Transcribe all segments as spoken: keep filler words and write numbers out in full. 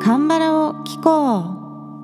カンバラを聞こう。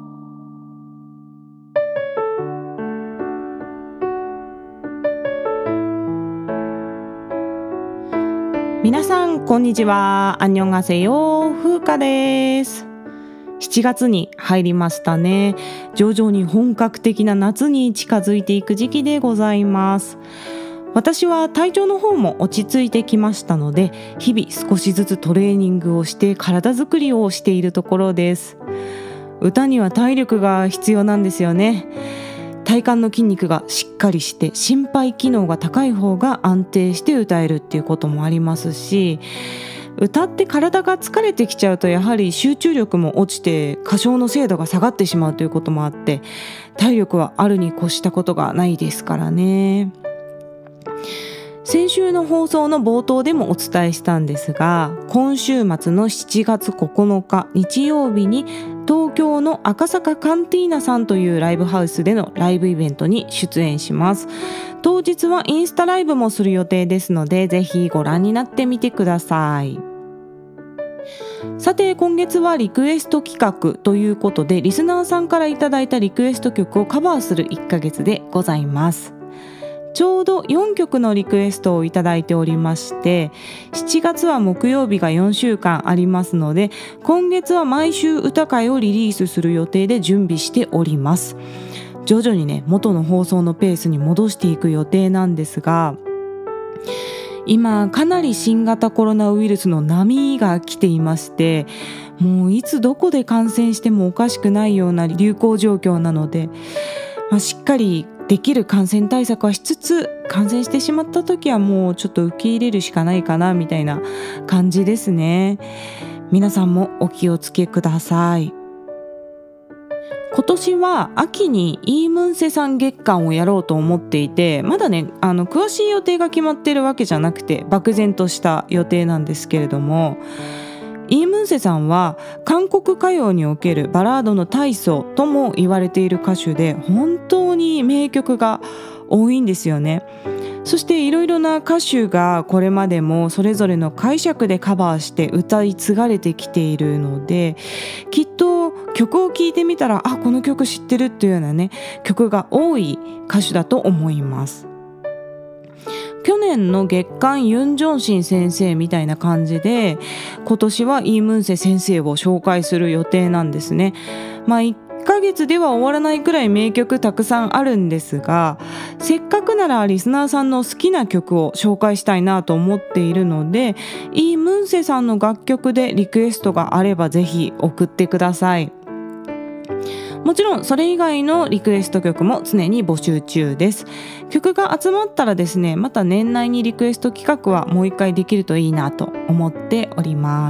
皆さんこんにちは。アンニョンガセヨ、風花です。しちがつに入りましたね。徐々に本格的な夏に近づいていく時期でございます。私は体調の方も落ち着いてきましたので、日々少しずつトレーニングをして体作りをしているところです。歌には体力が必要なんですよね。体幹の筋肉がしっかりして心肺機能が高い方が安定して歌えるっていうこともありますし、歌って体が疲れてきちゃうとやはり集中力も落ちて歌唱の精度が下がってしまうということもあって、体力はあるに越したことがないですからね。先週の放送の冒頭でもお伝えしたんですが、今週末のしちがつここのか日曜日に東京の赤坂カンティーナさんというライブハウスでのライブイベントに出演します。当日はインスタライブもする予定ですので、ぜひご覧になってみてください。さて、今月はリクエスト企画ということで、リスナーさんからいただいたリクエスト曲をカバーするいっかげつでございます。ちょうどよんきょくのリクエストをいただいておりまして、しちがつは木曜日がよんしゅうかんありますので、今月は毎週歌会をリリースする予定で準備しております。徐々にね、元の放送のペースに戻していく予定なんですが、今かなり新型コロナウイルスの波が来ていまして、もういつどこで感染してもおかしくないような流行状況なので、まあ、しっかりできる感染対策はしつつ、感染してしまった時はもうちょっと受け入れるしかないかなみたいな感じですね。皆さんもお気をつけください。今年は秋にイームンセさん月間をやろうと思っていて、まだね、あの詳しい予定が決まっているわけじゃなくて、漠然とした予定なんですけれども、イームンセさんは韓国歌謡におけるバラードの大祖とも言われている歌手で、本当に名曲が多いんですよね。そしていろいろな歌手がこれまでもそれぞれの解釈でカバーして歌い継がれてきているので、きっと曲を聴いてみたら、あ、この曲知ってるっていうようなね、曲が多い歌手だと思います。去年の月刊ユン・ジョンシン先生みたいな感じで、今年はイームンセ先生を紹介する予定なんですね。まあいっかげつでは終わらないくらい名曲たくさんあるんですが、せっかくならリスナーさんの好きな曲を紹介したいなと思っているので、イームンセさんの楽曲でリクエストがあればぜひ送ってください。もちろんそれ以外のリクエスト曲も常に募集中です。曲が集まったらですね、また年内にリクエスト企画はもう一回できるといいなと思っております。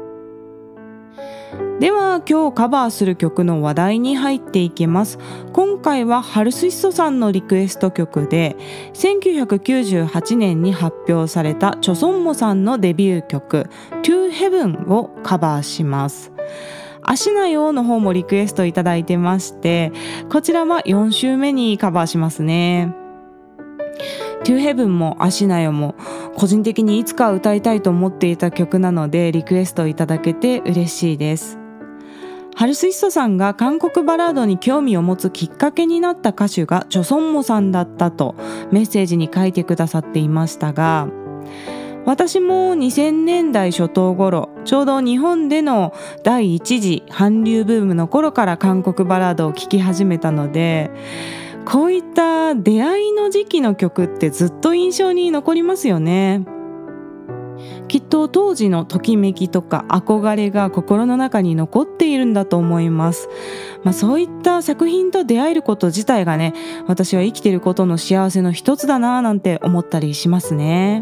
では今日カバーする曲の話題に入っていきます。今回はハルスイッソさんのリクエスト曲で、せんきゅうひゃくきゅうじゅうはちねんに発表されたチョソンモさんのデビュー曲 To Heaven をカバーします。アシナヨの方もリクエストいただいてまして、こちらはよんしゅうめにカバーしますね。To Heaven もアシナヨも個人的にいつか歌いたいと思っていた曲なので、リクエストいただけて嬉しいです。ハルスイッソさんが韓国バラードに興味を持つきっかけになった歌手がチョソンモさんだったとメッセージに書いてくださっていましたが、私もにせんねんだい初頭頃、ちょうど日本での第一次韓流ブームの頃から韓国バラードを聴き始めたので、こういった出会いの時期の曲ってずっと印象に残りますよね。きっと当時のときめきとか憧れが心の中に残っているんだと思います。まあ、そういった作品と出会えること自体がね、私は生きていることの幸せの一つだななんて思ったりしますね。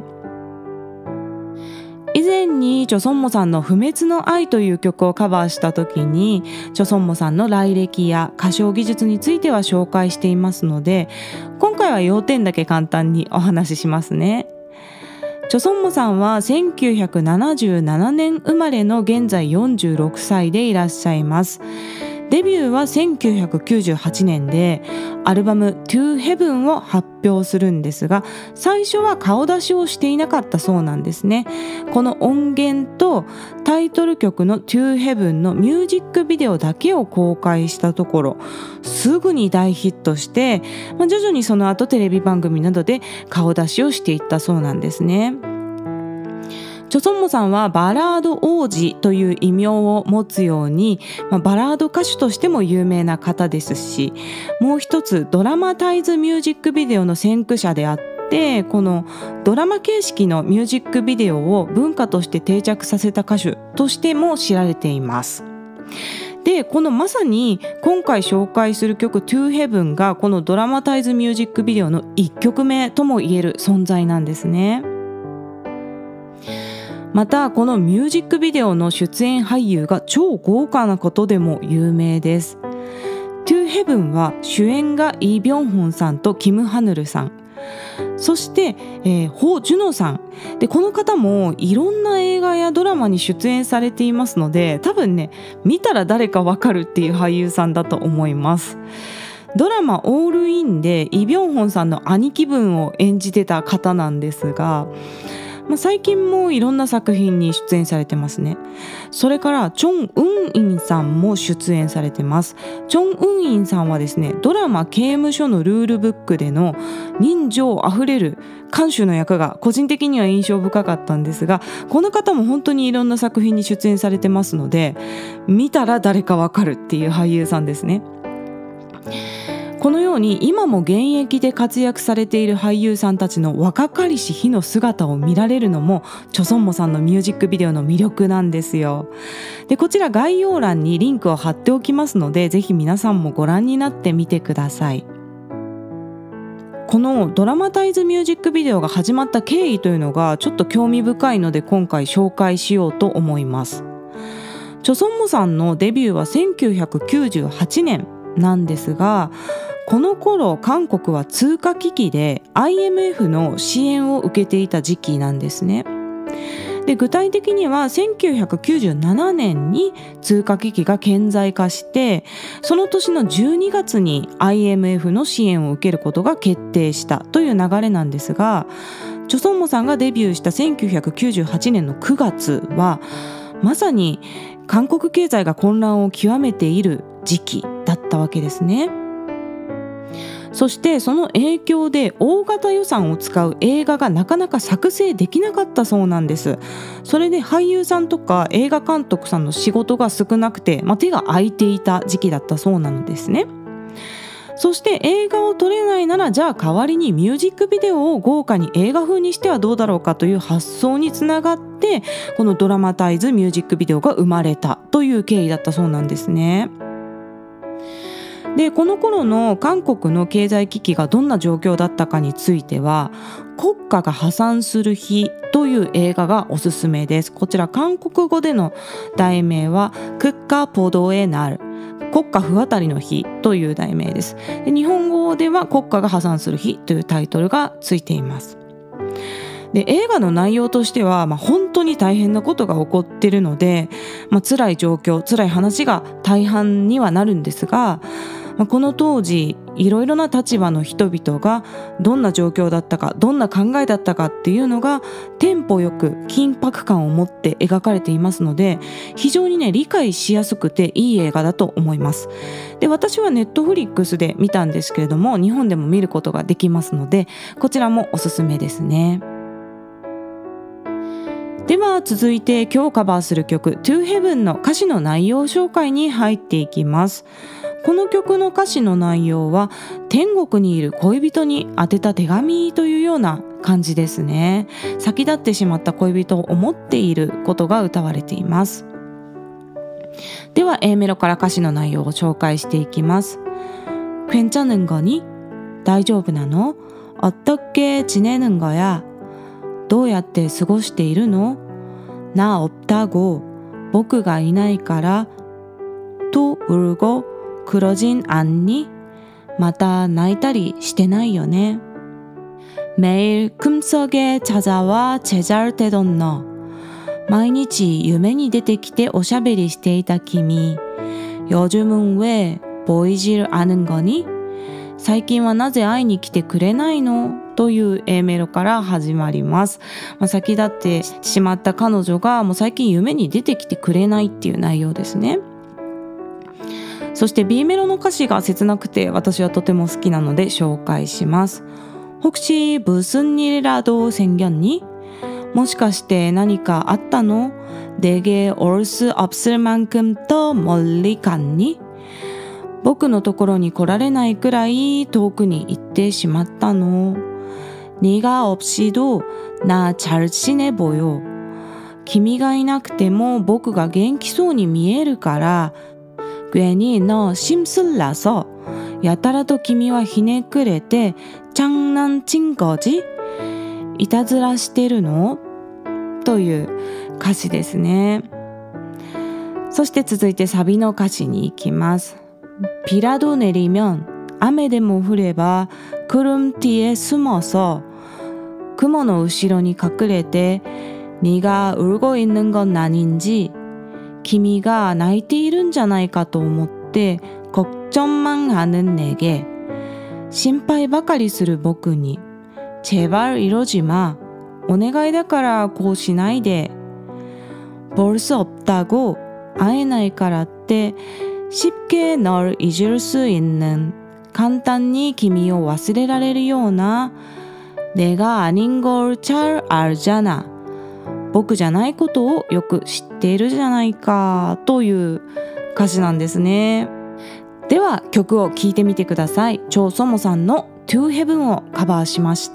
以前にチョソンモさんの不滅の愛という曲をカバーした時に、チョソンモさんの来歴や歌唱技術については紹介していますので、今回は要点だけ簡単にお話ししますね。チョソンモさんはせんきゅうひゃくななじゅうななねん生まれの現在よんじゅうろくさいでいらっしゃいます。 デビューはせんきゅうひゃくきゅうじゅうはちねんでアルバム To Heaven を発表するんですが、最初は顔出しをしていなかったそうなんですね。この音源とタイトル曲の To Heaven のミュージックビデオだけを公開したところ、すぐに大ヒットして、まあ、徐々にその後テレビ番組などで顔出しをしていったそうなんですね。チョソンモさんはバラード王子という異名を持つように、まあ、バラード歌手としても有名な方ですし、もう一つドラマタイズミュージックビデオの先駆者であって、このドラマ形式のミュージックビデオを文化として定着させた歌手としても知られています。で、このまさに今回紹介する曲 To Heaven がこのドラマタイズミュージックビデオのいっきょくめとも言える存在なんですね。またこのミュージックビデオの出演俳優が超豪華なことでも有名です。 To Heaven は主演がイ・ビョンホンさんとキム・ハヌルさん、そして、えー、ホ・ジュノさんで、この方もいろんな映画やドラマに出演されていますので、多分ね見たら誰かわかるっていう俳優さんだと思います。ドラマオールインでイ・ビョンホンさんの兄貴分を演じてた方なんですが、まあ、最近もいろんな作品に出演されてますね。それからチョン・ウンインさんも出演されてます。チョン・ウンインさんはですね、ドラマ刑務所のルールブックでの人情あふれる看守の役が個人的には印象深かったんですが、この方も本当にいろんな作品に出演されてますので、見たら誰かわかるっていう俳優さんですね。このように今も現役で活躍されている俳優さんたちの若かりし日の姿を見られるのもチョソンモさんのミュージックビデオの魅力なんですよ。で、こちら概要欄にリンクを貼っておきますので、ぜひ皆さんもご覧になってみてください。このドラマタイズミュージックビデオが始まった経緯というのがちょっと興味深いので、今回紹介しようと思います。チョソンモさんのデビューはせんきゅうひゃくきゅうじゅうはちねんなんですが、この頃韓国は通貨危機で アイエムエフ の支援を受けていた時期なんですね。で、具体的にはせんきゅうひゃくきゅうじゅうななねんに通貨危機が顕在化して、その年のじゅうにがつに アイエムエフ の支援を受けることが決定したという流れなんですが、チョソンモさんがデビューしたせんきゅうひゃくきゅうじゅうはちねんのくがつはまさに韓国経済が混乱を極めている時期だったわけですね。そしてその影響で大型予算を使う映画がなかなか作成できなかったそうなんです。それで俳優さんとか映画監督さんの仕事が少なくて、まあ、手が空いていた時期だったそうなのですね。そして映画を撮れないなら、じゃあ代わりにミュージックビデオを豪華に映画風にしてはどうだろうかという発想につながって、このドラマタイズミュージックビデオが生まれたという経緯だったそうなんですね。で、この頃の韓国の経済危機がどんな状況だったかについては、国家が破産する日という映画がおすすめです。こちら韓国語での題名はクッカポドエナル、国家不渡りの日という題名です。で、日本語では国家が破産する日というタイトルがついています。で、映画の内容としては、まあ、本当に大変なことが起こっているので、まあ、辛い状況、辛い話が大半にはなるんですが、まあ、この当時いろいろな立場の人々がどんな状況だったか、どんな考えだったかっていうのがテンポよく緊迫感を持って描かれていますので、非常にね理解しやすくていい映画だと思います。で、私はネットフリックスで見たんですけれども、日本でも見ることができますので、こちらもおすすめですね。では続いて今日カバーする曲 To Heaven の歌詞の内容紹介に入っていきます。この曲の歌詞の内容は天国にいる恋人に宛てた手紙というような感じですね。先立ってしまった恋人を思っていることが歌われています。では A メロから歌詞の内容を紹介していきます。괜찮은 거니? 大丈夫なの? 어떻게 지내는 거야? どうやって過ごしているの? 나 없다고 僕がいないから 또 울고 그러진 않니? また泣いたりしてないよね. 매일 꿈속에 찾아와 제잘되던 너. 毎日夢に出てきておしゃべりしていた君. 요즘은 왜 보이질 않은 거니? 最近はなぜ会いに来てくれないのという A メロから始まります。まあ、先立ってしまった彼女がもう最近夢に出てきてくれないっていう内容ですね。そして B メロの歌詞が切なくて私はとても好きなので紹介します。혹시 무슨 일이라도 생겼니? もしかして何かあったの? 내게 올 수 없을 만큼 더 멀리 갔니?僕のところに来られないくらい遠くに行ってしまったの。네가 없이도 나 잘 지내 보여. 君がいなくても僕が元気そうに見えるから。괜히 너 심술나서. やたらと君はひねくれて장난친 거지? いたずらしてるのという歌詞ですね。そして続いてサビの歌詞に行きます。비라도 내리면雨でも降れば구름 뒤에 숨어서 雲の後ろに隠れて네가 울고 있는 건 아닌지 君が泣いているんじゃないかと思って 걱정만 하는 내게 心配ばかりする僕に 제발 이러지 마 お願いだからこうしないで 볼 수 없다고 会えないからって쉽게 널 잊을 수 있는 簡単に君を忘れられるような 내가 아닌 걸 잘 알잖아 僕じゃないことをよく知っているじゃないかという歌詞なんですね。では曲を聴いてみてください。チョ・ソモさんの To Heaven をカバーしました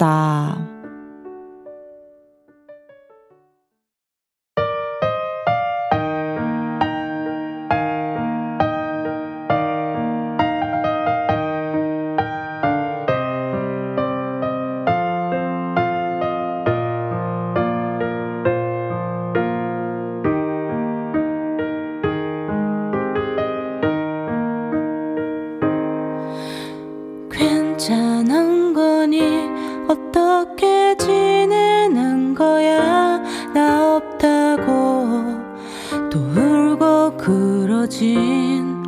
。괜찮은 거니 어떻게 지내는 거야 나 없다고 또 울고 그러진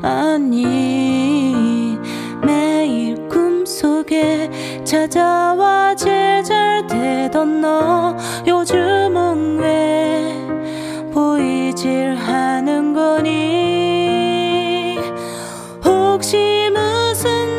않니 매일 꿈속에 찾아와 제잘되던 너 요즘은 왜 보이질 않은 거니 혹시 무슨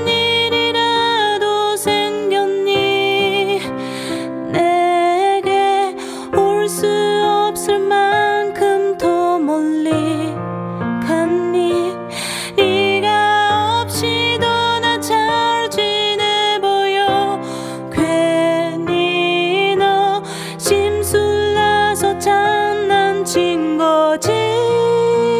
장난친 거지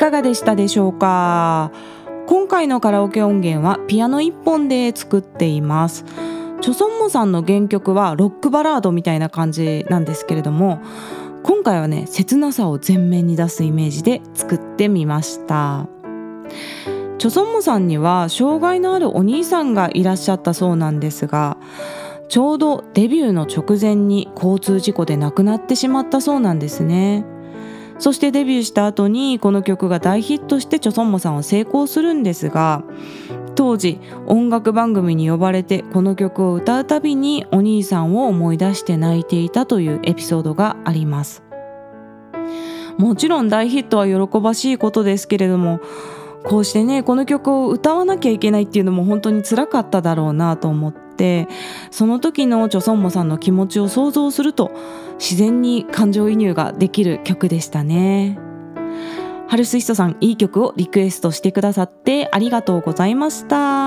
かがでしたでしょうか。今回のカラオケ音源はピアノ一本で作っています。チョソンモさんの原曲はロックバラードみたいな感じなんですけれども、今回はね、切なさを前面に出すイメージで作ってみました。チョソンモさんには障害のあるお兄さんがいらっしゃったそうなんですが、ちょうどデビューの直前に交通事故で亡くなってしまったそうなんですね。そしてデビューした後にこの曲が大ヒットしてチョソンモさんは成功するんですが、当時音楽番組に呼ばれてこの曲を歌うたびにお兄さんを思い出して泣いていたというエピソードがあります。もちろん大ヒットは喜ばしいことですけれども、こうしてねこの曲を歌わなきゃいけないっていうのも本当に辛かっただろうなと思って、その時のチョソンモさんの気持ちを想像すると自然に感情移入ができる曲でしたね。ハルスイストさん、いい曲をリクエストしてくださってありがとうございました。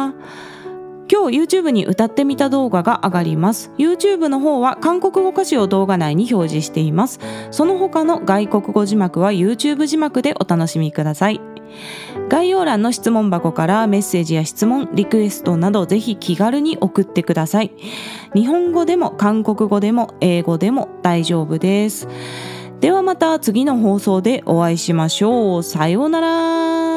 今日 YouTube に歌ってみた動画が上がります。 YouTube の方は韓国語歌詞を動画内に表示しています。その他の外国語字幕は YouTube 字幕でお楽しみください。概要欄の質問箱からメッセージや質問、リクエストなどぜひ気軽に送ってください。日本語でも韓国語でも英語でも大丈夫です。ではまた次の放送でお会いしましょう。さようなら。